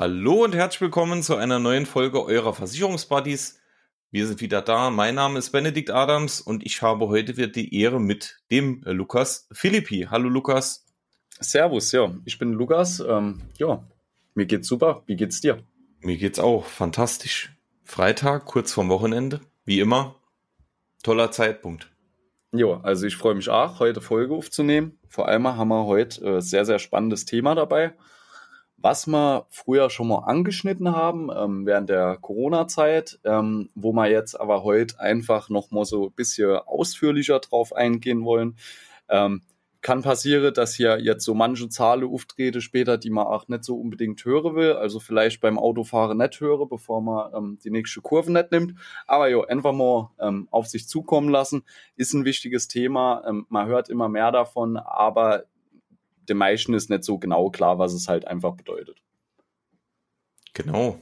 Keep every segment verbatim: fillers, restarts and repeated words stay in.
Hallo und herzlich willkommen zu einer neuen Folge eurer Versicherungsbuddies. Wir sind wieder da. Mein Name ist Benedikt Adams und ich habe heute wieder die Ehre mit dem äh, Lukas Philippi. Hallo Lukas. Servus, ja, ich bin Lukas. Ähm, ja, mir geht's super. Wie geht's dir? Mir geht's auch fantastisch. Freitag, kurz vorm Wochenende, wie immer. Toller Zeitpunkt. Ja, also ich freue mich auch, heute Folge aufzunehmen. Vor allem haben wir heute äh, sehr, sehr spannendes Thema dabei, was wir früher schon mal angeschnitten haben ähm, während der Corona-Zeit, ähm, wo wir jetzt aber heute einfach noch mal so ein bisschen ausführlicher drauf eingehen wollen. Ähm, kann passieren, dass hier jetzt so manche Zahlen auftreten später, die man auch nicht so unbedingt hören will. Also vielleicht beim Autofahren nicht hören, bevor man ähm, die nächste Kurve nicht nimmt. Aber jo, einfach mal ähm, auf sich zukommen lassen. Ist ein wichtiges Thema. Ähm, man hört immer mehr davon, aber den meisten ist nicht so genau klar, was es halt einfach bedeutet. Genau.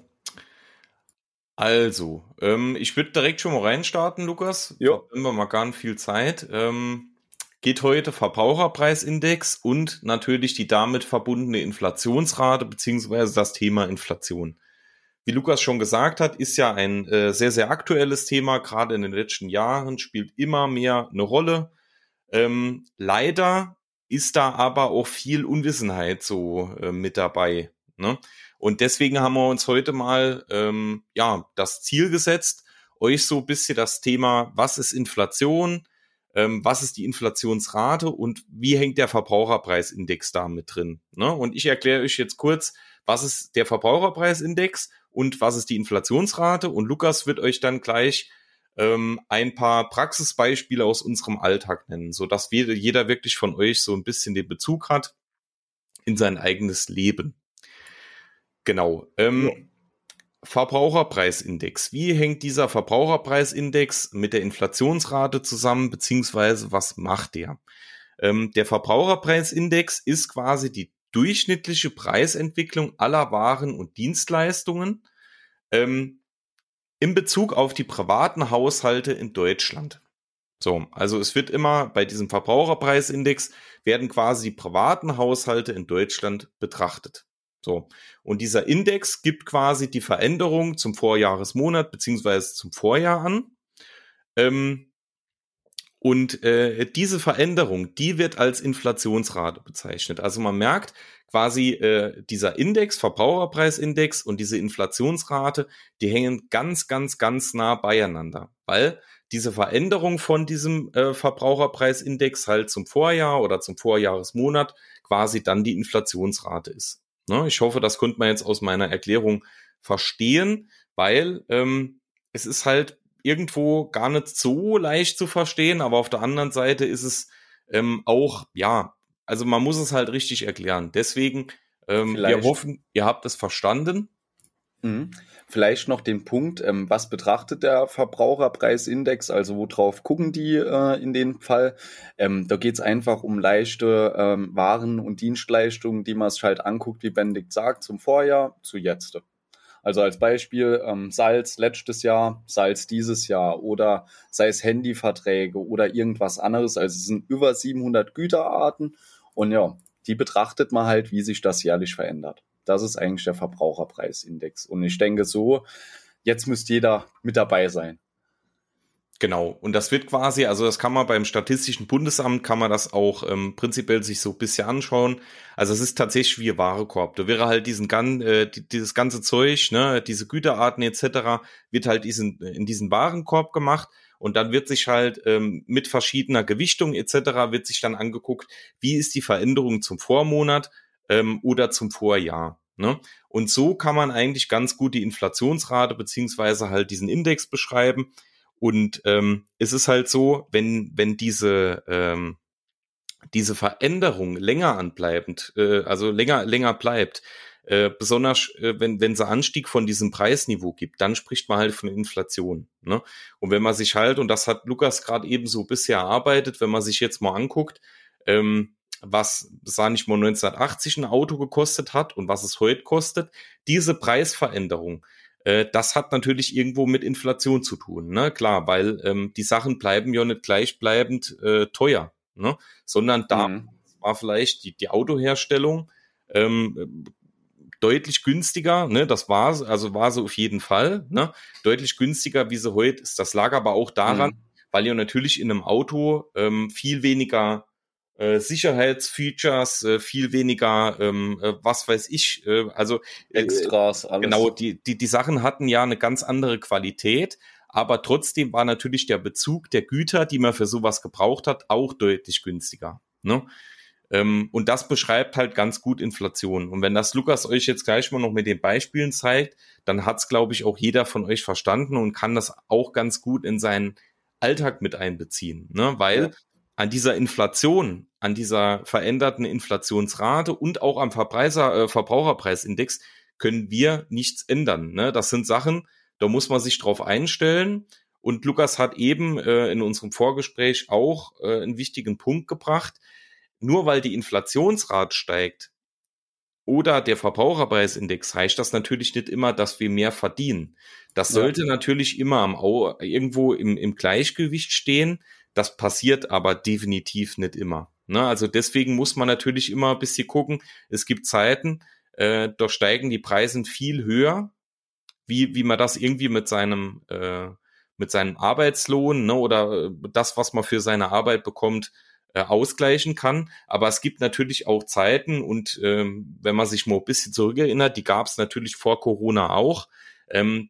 Also, ähm, ich würde direkt schon mal reinstarten, Lukas. Ja. Haben wir mal gar nicht viel Zeit. Ähm, geht heute Verbraucherpreisindex und natürlich die damit verbundene Inflationsrate beziehungsweise das Thema Inflation. Wie Lukas schon gesagt hat, ist ja ein äh, sehr, sehr aktuelles Thema, gerade in den letzten Jahren, spielt immer mehr eine Rolle. Ähm, leider ist da aber auch viel Unwissenheit so äh, mit dabei, ne? Und deswegen haben wir uns heute mal ähm, ja das Ziel gesetzt, euch so ein bisschen das Thema, was ist Inflation, ähm, was ist die Inflationsrate und wie hängt der Verbraucherpreisindex da mit drin, ne? Und ich erkläre euch jetzt kurz, was ist der Verbraucherpreisindex und was ist die Inflationsrate, und Lukas wird euch dann gleich ähm, ein paar Praxisbeispiele aus unserem Alltag nennen, so dass wir, jeder wirklich von euch so ein bisschen den Bezug hat in sein eigenes Leben. Genau. Ähm, Ja. Verbraucherpreisindex. Wie hängt dieser Verbraucherpreisindex mit der Inflationsrate zusammen, beziehungsweise was macht der? Ähm, der Verbraucherpreisindex ist quasi die durchschnittliche Preisentwicklung aller Waren und Dienstleistungen ähm, in Bezug auf die privaten Haushalte in Deutschland. So, also es wird immer bei diesem Verbraucherpreisindex werden quasi die privaten Haushalte in Deutschland betrachtet. So, und dieser Index gibt quasi die Veränderung zum Vorjahresmonat beziehungsweise zum Vorjahr an. Ähm, und äh, diese Veränderung, die wird als Inflationsrate bezeichnet. Also man merkt quasi, äh, dieser Index, Verbraucherpreisindex und diese Inflationsrate, die hängen ganz, ganz, ganz nah beieinander, weil diese Veränderung von diesem äh, Verbraucherpreisindex halt zum Vorjahr oder zum Vorjahresmonat quasi dann die Inflationsrate ist. Ne? Ich hoffe, das konnte man jetzt aus meiner Erklärung verstehen, weil ähm, es ist halt irgendwo gar nicht so leicht zu verstehen, aber auf der anderen Seite ist es ähm, auch, ja, also man muss es halt richtig erklären. Deswegen, ähm, wir Vielleicht, hoffen, ihr habt es verstanden. mhm. Vielleicht noch den Punkt, ähm, was betrachtet der Verbraucherpreisindex, also worauf gucken die äh, in dem Fall? Ähm, da geht es einfach um leichte ähm, Waren und Dienstleistungen, die man sich halt anguckt, wie Benedikt sagt, zum Vorjahr zu jetzt. Also als Beispiel ähm, Salz letztes Jahr, Salz dieses Jahr oder sei es Handyverträge oder irgendwas anderes. Also es sind über siebenhundert Güterarten und ja, die betrachtet man halt, wie sich das jährlich verändert. Das ist eigentlich der Verbraucherpreisindex. Und ich denke so, jetzt müsste jeder mit dabei sein. Genau. Und das wird quasi, also das kann man beim Statistischen Bundesamt, kann man das auch ähm, prinzipiell sich so ein bisschen anschauen. Also es ist tatsächlich wie ein Warenkorb. Da wäre halt diesen gan, äh, die, dieses ganze Zeug, ne, diese Güterarten et cetera, wird halt diesen, in diesen Warenkorb gemacht. Und dann wird sich halt ähm, mit verschiedener Gewichtung et cetera wird sich dann angeguckt, wie ist die Veränderung zum Vormonat ähm, oder zum Vorjahr. Ne? Und so kann man eigentlich ganz gut die Inflationsrate beziehungsweise halt diesen Index beschreiben. Und ähm, es ist halt so, wenn wenn diese ähm, diese Veränderung länger anbleibend, äh, also länger länger bleibt, äh, besonders äh, wenn wenn es einen Anstieg von diesem Preisniveau gibt, dann spricht man halt von Inflation. Ne? Und wenn man sich halt, und das hat Lukas gerade eben so bisher erarbeitet, wenn man sich jetzt mal anguckt, ähm, was, sah nicht mal neunzehnhundertachtzig ein Auto gekostet hat und was es heute kostet, diese Preisveränderung, äh, das hat natürlich irgendwo mit Inflation zu tun, ne? Klar, weil ähm, die Sachen bleiben ja nicht gleichbleibend äh, teuer, ne? Sondern da Mhm. war vielleicht die, die Autoherstellung, ähm, deutlich günstiger, ne, das war, also war so auf jeden Fall, ne, deutlich günstiger, wie sie heute ist. Das lag aber auch daran, Mhm. weil ihr natürlich in einem Auto ähm, viel weniger äh, Sicherheitsfeatures, äh, viel weniger, ähm, äh, was weiß ich, äh, also äh, Extras, alles. genau, die, die, die Sachen hatten ja eine ganz andere Qualität, aber trotzdem war natürlich der Bezug der Güter, die man für sowas gebraucht hat, auch deutlich günstiger. Ne? Ähm, und das beschreibt halt ganz gut Inflation. Und wenn das Lukas euch jetzt gleich mal noch mit den Beispielen zeigt, dann hat's, glaube ich, auch jeder von euch verstanden und kann das auch ganz gut in seinen Alltag mit einbeziehen. Ne? Ja. Weil an dieser Inflation, an dieser veränderten Inflationsrate und auch am Verpreiser, äh, Verbraucherpreisindex können wir nichts ändern. Ne? Das sind Sachen, da muss man sich drauf einstellen. Und Lukas hat eben äh, in unserem Vorgespräch auch äh, einen wichtigen Punkt gebracht. Nur weil die Inflationsrate steigt oder der Verbraucherpreisindex, heißt das natürlich nicht immer, dass wir mehr verdienen. Das Ja. sollte natürlich immer am Au irgendwo im, im Gleichgewicht stehen. Das passiert aber definitiv nicht immer. Ne? Also deswegen muss man natürlich immer ein bisschen gucken. Es gibt Zeiten, äh, da steigen die Preise viel höher, wie, wie man das irgendwie mit seinem, äh, mit seinem Arbeitslohn, ne, oder äh, das, was man für seine Arbeit bekommt, äh, ausgleichen kann. Aber es gibt natürlich auch Zeiten und ähm, wenn man sich mal ein bisschen zurückerinnert, die gab es natürlich vor Corona auch. Ähm,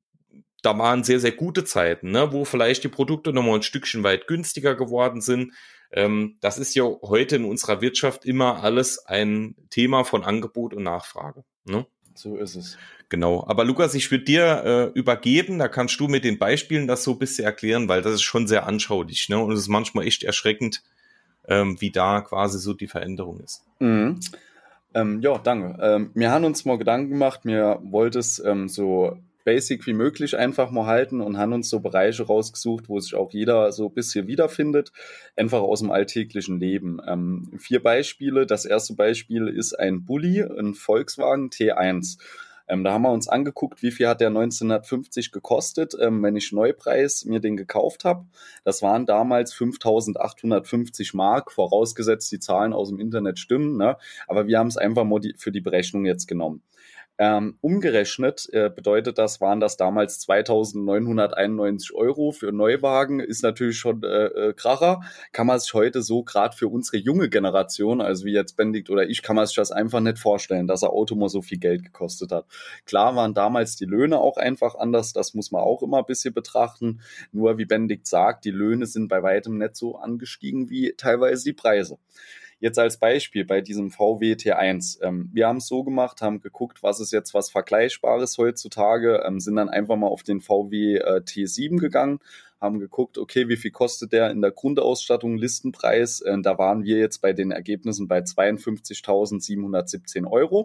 da waren sehr, sehr gute Zeiten, ne, wo vielleicht die Produkte nochmal ein Stückchen weit günstiger geworden sind. Ähm, das ist ja heute in unserer Wirtschaft immer alles ein Thema von Angebot und Nachfrage. Ne? So ist es. Genau. Aber Lukas, ich würde dir äh, übergeben, da kannst du mit den Beispielen das so ein bisschen erklären, weil das ist schon sehr anschaulich, ne? Und es ist manchmal echt erschreckend, ähm, wie da quasi so die Veränderung ist. Mhm. Ähm, ja, danke. Ähm, wir haben uns mal Gedanken gemacht, mir wollte es ähm, so basic wie möglich einfach mal halten und haben uns so Bereiche rausgesucht, wo sich auch jeder so ein bisschen wiederfindet, einfach aus dem alltäglichen Leben. Ähm, vier Beispiele. Das erste Beispiel ist ein Bulli, ein Volkswagen T eins. Ähm, da haben wir uns angeguckt, wie viel hat der neunzehnhundertfünfzig gekostet, ähm, wenn ich Neupreis mir den gekauft habe. Das waren damals fünftausendachthundertfünfzig Mark, vorausgesetzt die Zahlen aus dem Internet stimmen, ne? Aber wir haben es einfach mal die, für die Berechnung jetzt genommen. Ähm, umgerechnet äh, bedeutet das, waren das damals zweitausendneunhunderteinundneunzig Euro für Neuwagen, ist natürlich schon äh, äh, Kracher, kann man sich heute so gerade für unsere junge Generation, also wie jetzt Benedikt oder ich, kann man sich das einfach nicht vorstellen, dass ein Auto mal so viel Geld gekostet hat. Klar waren damals die Löhne auch einfach anders, das muss man auch immer ein bisschen betrachten, nur wie Benedikt sagt, die Löhne sind bei weitem nicht so angestiegen wie teilweise die Preise. Jetzt als Beispiel bei diesem V W T eins. Ähm, wir haben es so gemacht, haben geguckt, was ist jetzt was Vergleichbares heutzutage, ähm, sind dann einfach mal auf den V W äh, T sieben gegangen, haben geguckt, okay, wie viel kostet der in der Grundausstattung, Listenpreis. Äh, da waren wir jetzt bei den Ergebnissen bei zweiundfünfzigtausendsiebenhundertsiebzehn Euro.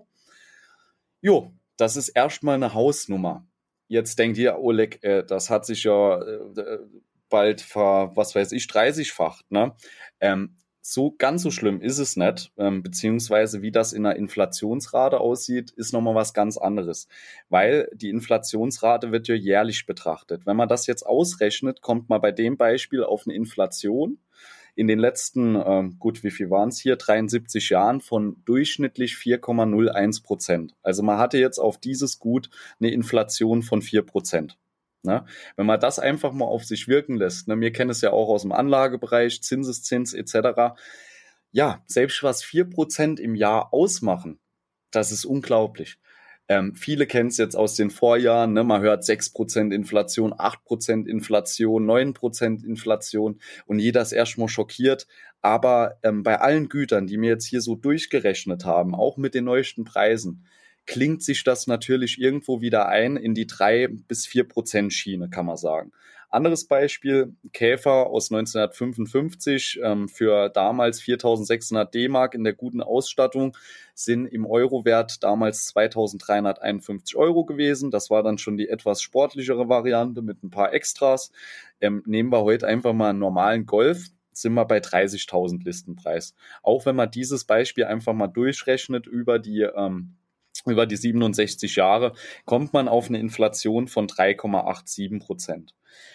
Jo, das ist erstmal eine Hausnummer. Jetzt denkt ihr, Oleg, äh, das hat sich ja äh, bald ver, was weiß ich, dreißigfacht, ne? Ähm, so ganz so schlimm ist es nicht, ähm, beziehungsweise wie das in einer Inflationsrate aussieht, ist nochmal was ganz anderes, weil die Inflationsrate wird ja jährlich betrachtet. Wenn man das jetzt ausrechnet, kommt man bei dem Beispiel auf eine Inflation in den letzten, ähm, gut, wie viel waren es hier, dreiundsiebzig Jahren von durchschnittlich vier Komma null eins Prozent. Also man hatte jetzt auf dieses Gut eine Inflation von vier Prozent. Ne? Wenn man das einfach mal auf sich wirken lässt, ne, wir kennen es ja auch aus dem Anlagebereich, Zinseszins et cetera. Ja, selbst was vier Prozent im Jahr ausmachen, das ist unglaublich. Ähm, viele kennen es jetzt aus den Vorjahren, ne? Man hört sechs Prozent Inflation, acht Prozent Inflation, neun Prozent Inflation und jeder ist erstmal schockiert. Aber ähm, bei allen Gütern, die wir jetzt hier so durchgerechnet haben, auch mit den neuesten Preisen, klingt sich das natürlich irgendwo wieder ein in die drei bis vier Prozent Schiene, kann man sagen. Anderes Beispiel, Käfer aus neunzehnhundertfünfundfünfzig, ähm, für damals viertausendsechshundert D-Mark in der guten Ausstattung, sind im Euro-Wert damals zweitausenddreihunderteinundfünfzig Euro gewesen. Das war dann schon die etwas sportlichere Variante mit ein paar Extras. Ähm, nehmen wir heute einfach mal einen normalen Golf, sind wir bei dreißigtausend Listenpreis. Auch wenn man dieses Beispiel einfach mal durchrechnet über die ähm, über die siebenundsechzig Jahre, kommt man auf eine Inflation von drei Komma siebenundachtzig Prozent.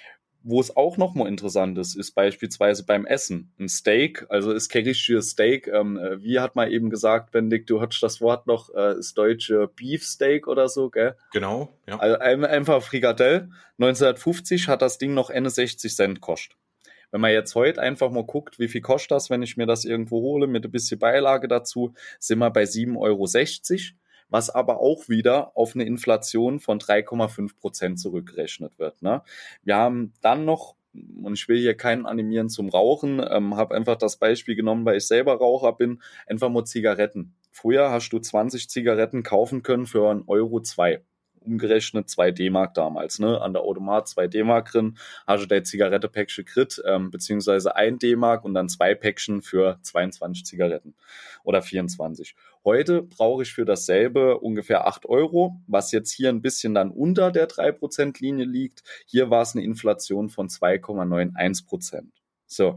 wo es auch nochmal interessant ist, ist beispielsweise beim Essen. Ein Steak, also ist kein richtiges Steak. Ähm, wie hat man eben gesagt, Benedikt, du hattest das Wort noch, äh, das deutsche Beefsteak oder so, gell? Genau, ja. Also einfach Frikadell. neunzehnhundertfünfzig hat das Ding noch einundsechzig Cent gekostet. Wenn man jetzt heute einfach mal guckt, wie viel kostet das, wenn ich mir das irgendwo hole, mit ein bisschen Beilage dazu, sind wir bei sieben Euro sechzig, was aber auch wieder auf eine Inflation von drei Komma fünf Prozent zurückgerechnet wird. Ne? Wir haben dann noch, und ich will hier keinen animieren zum Rauchen, ähm, habe einfach das Beispiel genommen, weil ich selber Raucher bin, einfach mal Zigaretten. Früher hast du zwanzig Zigaretten kaufen können für einen Euro zwei. Umgerechnet zwei D-Mark damals, ne? An der Automat zwei D-Mark drin, hast du der Zigarette-Päckchen kriegt, ähm, beziehungsweise ein D-Mark und dann zwei Päckchen für zweiundzwanzig Zigaretten oder vierundzwanzig. Heute brauche ich für dasselbe ungefähr acht Euro, was jetzt hier ein bisschen dann unter der drei Prozent Linie liegt. Hier war es eine Inflation von zwei Komma einundneunzig Prozent. So.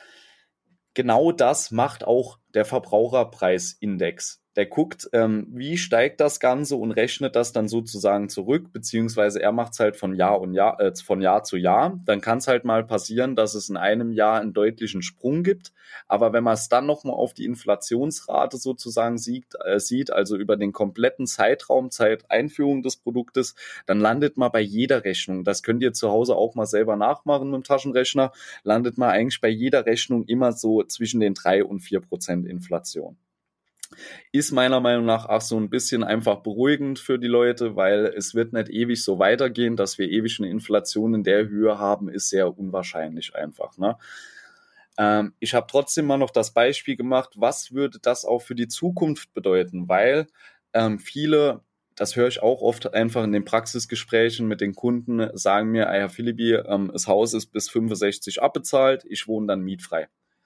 Genau das macht auch der Verbraucherpreisindex. Der guckt, ähm, wie steigt das Ganze und rechnet das dann sozusagen zurück, beziehungsweise er macht es halt von Jahr und Jahr, äh, von Jahr zu Jahr. Dann kann es halt mal passieren, dass es in einem Jahr einen deutlichen Sprung gibt. Aber wenn man es dann nochmal auf die Inflationsrate sozusagen sieht, äh, sieht, also über den kompletten Zeitraum, Zeit Einführung des Produktes, dann landet man bei jeder Rechnung, das könnt ihr zu Hause auch mal selber nachmachen mit dem Taschenrechner, landet man eigentlich bei jeder Rechnung immer so zwischen den drei und vier Prozent Inflation. Ist meiner Meinung nach auch so ein bisschen einfach beruhigend für die Leute, weil es wird nicht ewig so weitergehen, dass wir ewig eine Inflation in der Höhe haben, ist sehr unwahrscheinlich einfach. Ne? Ähm, ich habe trotzdem mal noch das Beispiel gemacht, was würde das auch für die Zukunft bedeuten, weil ähm, viele, das höre ich auch oft einfach in den Praxisgesprächen mit den Kunden, sagen mir, Herr Philippi, ähm, das Haus ist bis fünfundsechzig abbezahlt, ich wohne dann mietfrei.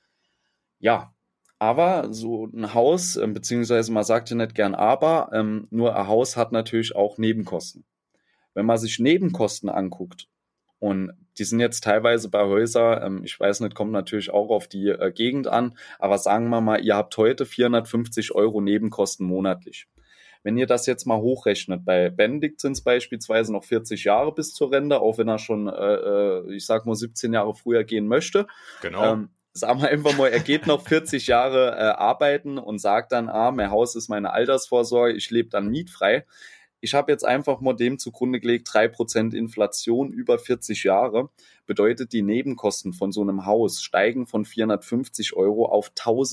Ja, aber so ein Haus, ähm, beziehungsweise man sagt ja nicht gern aber, ähm, nur ein Haus hat natürlich auch Nebenkosten. Wenn man sich Nebenkosten anguckt, und die sind jetzt teilweise bei Häusern, ähm, ich weiß nicht, kommt natürlich auch auf die äh, Gegend an, aber sagen wir mal, ihr habt heute vierhundertfünfzig Euro Nebenkosten monatlich. Wenn ihr das jetzt mal hochrechnet, bei Benedikt sind es beispielsweise noch vierzig Jahre bis zur Rente, auch wenn er schon, äh, ich sag mal, siebzehn Jahre früher gehen möchte. Genau. Ähm, Sagen wir einfach mal, er geht noch vierzig Jahre äh, arbeiten und sagt dann, ah, mein Haus ist meine Altersvorsorge, ich lebe dann mietfrei. Ich habe jetzt einfach mal dem zugrunde gelegt, drei Prozent Inflation über vierzig Jahre, bedeutet, die Nebenkosten von so einem Haus steigen von vierhundertfünfzig Euro auf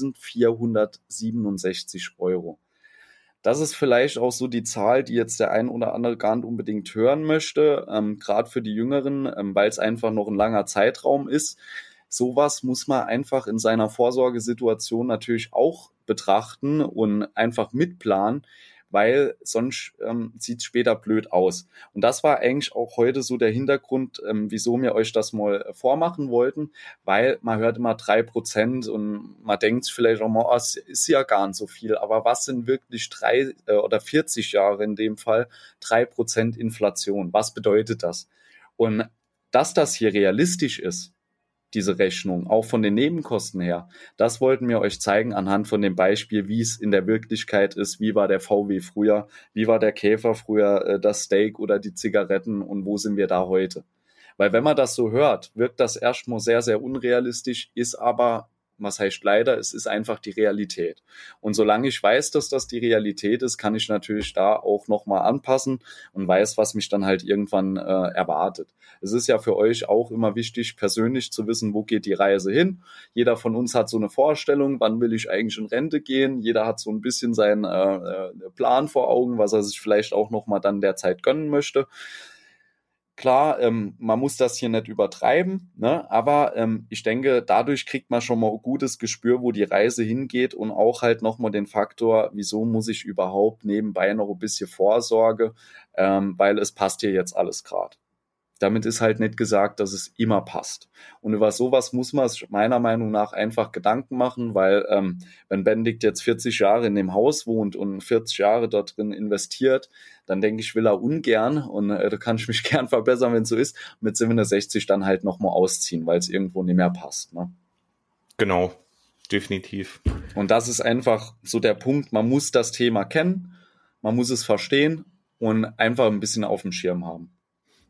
eintausendvierhundertsiebenundsechzig Euro. Das ist vielleicht auch so die Zahl, die jetzt der ein oder andere gar nicht unbedingt hören möchte, ähm, gerade für die Jüngeren, ähm, weil es einfach noch ein langer Zeitraum ist. Sowas muss man einfach in seiner Vorsorgesituation natürlich auch betrachten und einfach mitplanen, weil sonst ähm, sieht es später blöd aus. Und das war eigentlich auch heute so der Hintergrund, ähm, wieso wir euch das mal vormachen wollten, weil man hört immer drei Prozent und man denkt vielleicht auch mal, oh, es ist ja gar nicht so viel, aber was sind wirklich drei äh, oder vierzig Jahre in dem Fall, drei Prozent Inflation? Was bedeutet das? Und dass das hier realistisch ist, diese Rechnung, auch von den Nebenkosten her. Das wollten wir euch zeigen anhand von dem Beispiel, wie es in der Wirklichkeit ist, wie war der V W früher, wie war der Käfer früher, äh, das Steak oder die Zigaretten und wo sind wir da heute. Weil wenn man das so hört, wirkt das erstmal sehr, sehr unrealistisch, ist aber, was heißt leider, es ist einfach die Realität. Und solange ich weiß, dass das die Realität ist, kann ich natürlich da auch nochmal anpassen und weiß, was mich dann halt irgendwann äh, erwartet. Es ist ja für euch auch immer wichtig, persönlich zu wissen, wo geht die Reise hin. Jeder von uns hat so eine Vorstellung, wann will ich eigentlich in Rente gehen. Jeder hat so ein bisschen seinen äh, Plan vor Augen, was er sich vielleicht auch nochmal dann derzeit gönnen möchte. Klar, ähm, man muss das hier nicht übertreiben, ne? Aber ähm, ich denke, dadurch kriegt man schon mal ein gutes Gespür, wo die Reise hingeht und auch halt nochmal den Faktor, wieso muss ich überhaupt nebenbei noch ein bisschen Vorsorge, ähm, weil es passt hier jetzt alles gerade. Damit ist halt nicht gesagt, dass es immer passt. Und über sowas muss man es meiner Meinung nach einfach Gedanken machen, weil ähm, wenn Benedikt jetzt vierzig Jahre in dem Haus wohnt und vierzig Jahre dort drin investiert, dann denke ich, will er ungern, und äh, da kann ich mich gern verbessern, wenn es so ist, mit siebenundsechzig dann halt nochmal ausziehen, weil es irgendwo nicht mehr passt. Ne? Genau, definitiv. Und das ist einfach so der Punkt, man muss das Thema kennen, man muss es verstehen und einfach ein bisschen auf dem Schirm haben.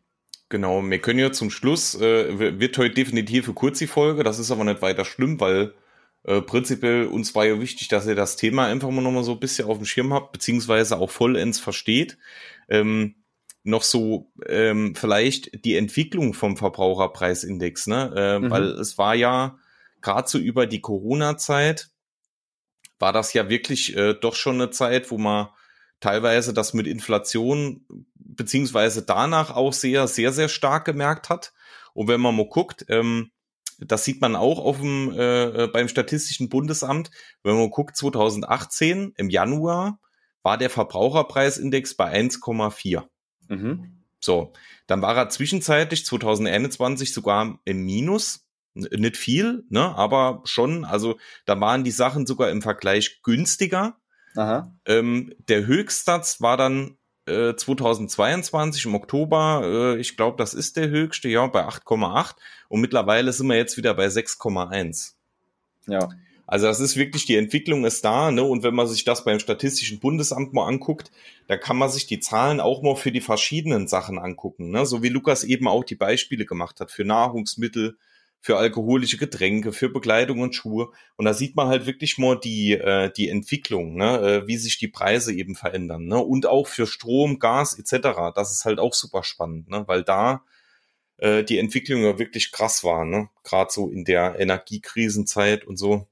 Genau, wir können ja zum Schluss, äh, wird heute definitiv eine kurze Folge, das ist aber nicht weiter schlimm, weil äh, prinzipiell uns war ja wichtig, dass ihr das Thema einfach mal nochmal so ein bisschen auf dem Schirm habt, beziehungsweise auch vollends versteht. Ähm, noch so ähm, vielleicht die Entwicklung vom Verbraucherpreisindex, ne? Äh, Mhm. Weil es war ja gerade so über die Corona-Zeit, war das ja wirklich äh, doch schon eine Zeit, wo man teilweise das mit Inflation beziehungsweise danach auch sehr, sehr, sehr stark gemerkt hat. Und wenn man mal guckt, ähm, das sieht man auch auf dem, äh, beim Statistischen Bundesamt, wenn man guckt, zwanzig achtzehn im Januar war der Verbraucherpreisindex bei eins Komma vier. Mhm. So, dann war er zwischenzeitlich zwanzig einundzwanzig sogar im Minus. N- Nicht viel, ne, aber schon, also da waren die Sachen sogar im Vergleich günstiger. Aha. Ähm, der Höchstsatz war dann äh, zwanzig zweiundzwanzig im Oktober, äh, ich glaube, das ist der höchste, ja, bei acht Komma acht und mittlerweile sind wir jetzt wieder bei sechs Komma eins. Ja. Also das ist wirklich, die Entwicklung ist da, ne? Und wenn man sich das beim Statistischen Bundesamt mal anguckt, da kann man sich die Zahlen auch mal für die verschiedenen Sachen angucken, ne? So wie Lukas eben auch die Beispiele gemacht hat für Nahrungsmittel, für alkoholische Getränke, für Bekleidung und Schuhe. Und da sieht man halt wirklich mal die äh, die Entwicklung, ne? Äh, wie sich die Preise eben verändern, ne? Und auch für Strom, Gas et cetera. Das ist halt auch super spannend, ne? Weil da äh, die Entwicklung ja wirklich krass war, ne? Gerade so in der Energiekrisenzeit und so.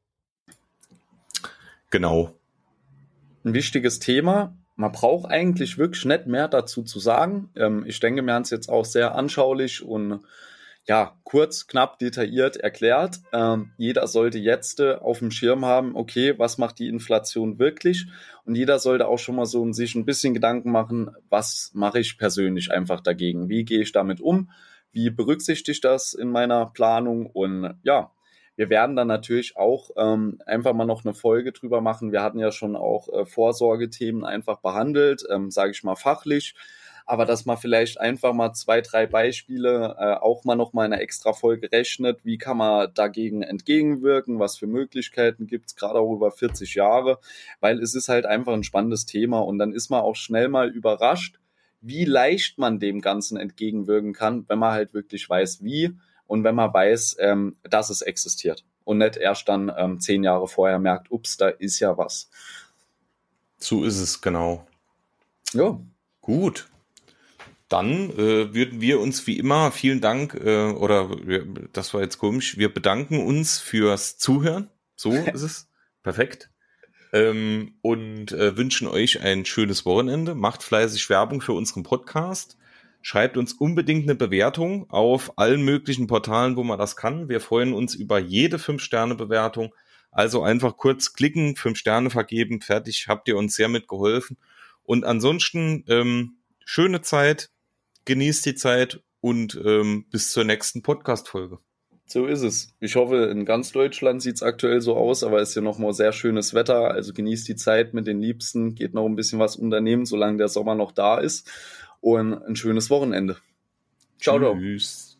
Genau. Ein wichtiges Thema. Man braucht eigentlich wirklich nicht mehr dazu zu sagen. Ähm, ich denke, wir haben es jetzt auch sehr anschaulich und ja, kurz, knapp, detailliert erklärt. Ähm, jeder sollte jetzt äh, auf dem Schirm haben, okay, was macht die Inflation wirklich? Und jeder sollte auch schon mal so sich ein bisschen Gedanken machen, was mache ich persönlich einfach dagegen? Wie gehe ich damit um? Wie berücksichtige ich das in meiner Planung? Und ja, wir werden dann natürlich auch ähm, einfach mal noch eine Folge drüber machen. Wir hatten ja schon auch äh, Vorsorgethemen einfach behandelt, ähm, sage ich mal fachlich. Aber dass man vielleicht einfach mal zwei, drei Beispiele äh, auch mal noch mal in einer extra Folge rechnet, wie kann man dagegen entgegenwirken, was für Möglichkeiten gibt es, gerade auch über vierzig Jahre, weil es ist halt einfach ein spannendes Thema und dann ist man auch schnell mal überrascht, wie leicht man dem Ganzen entgegenwirken kann, wenn man halt wirklich weiß, wie und wenn man weiß, ähm, dass es existiert und nicht erst dann ähm, zehn Jahre vorher merkt, ups, da ist ja was. So ist es, genau. Ja. Gut. Dann äh, würden wir uns wie immer, vielen Dank, äh, oder wir, das war jetzt komisch, wir bedanken uns fürs Zuhören. So ist es. Perfekt. Ähm, und äh, wünschen euch ein schönes Wochenende. Macht fleißig Werbung für unseren Podcast. Schreibt uns unbedingt eine Bewertung auf allen möglichen Portalen, wo man das kann. Wir freuen uns über jede fünf Sterne Bewertung. Also einfach kurz klicken, fünf Sterne vergeben, fertig, habt ihr uns sehr mitgeholfen. Und ansonsten ähm, schöne Zeit, genießt die Zeit und ähm, bis zur nächsten Podcast-Folge. So ist es. Ich hoffe, in ganz Deutschland sieht es aktuell so aus, aber es ist ja noch mal sehr schönes Wetter. Also genießt die Zeit mit den Liebsten, geht noch ein bisschen was unternehmen, solange der Sommer noch da ist. Und ein schönes Wochenende. Ciao, ciao. Tschüss.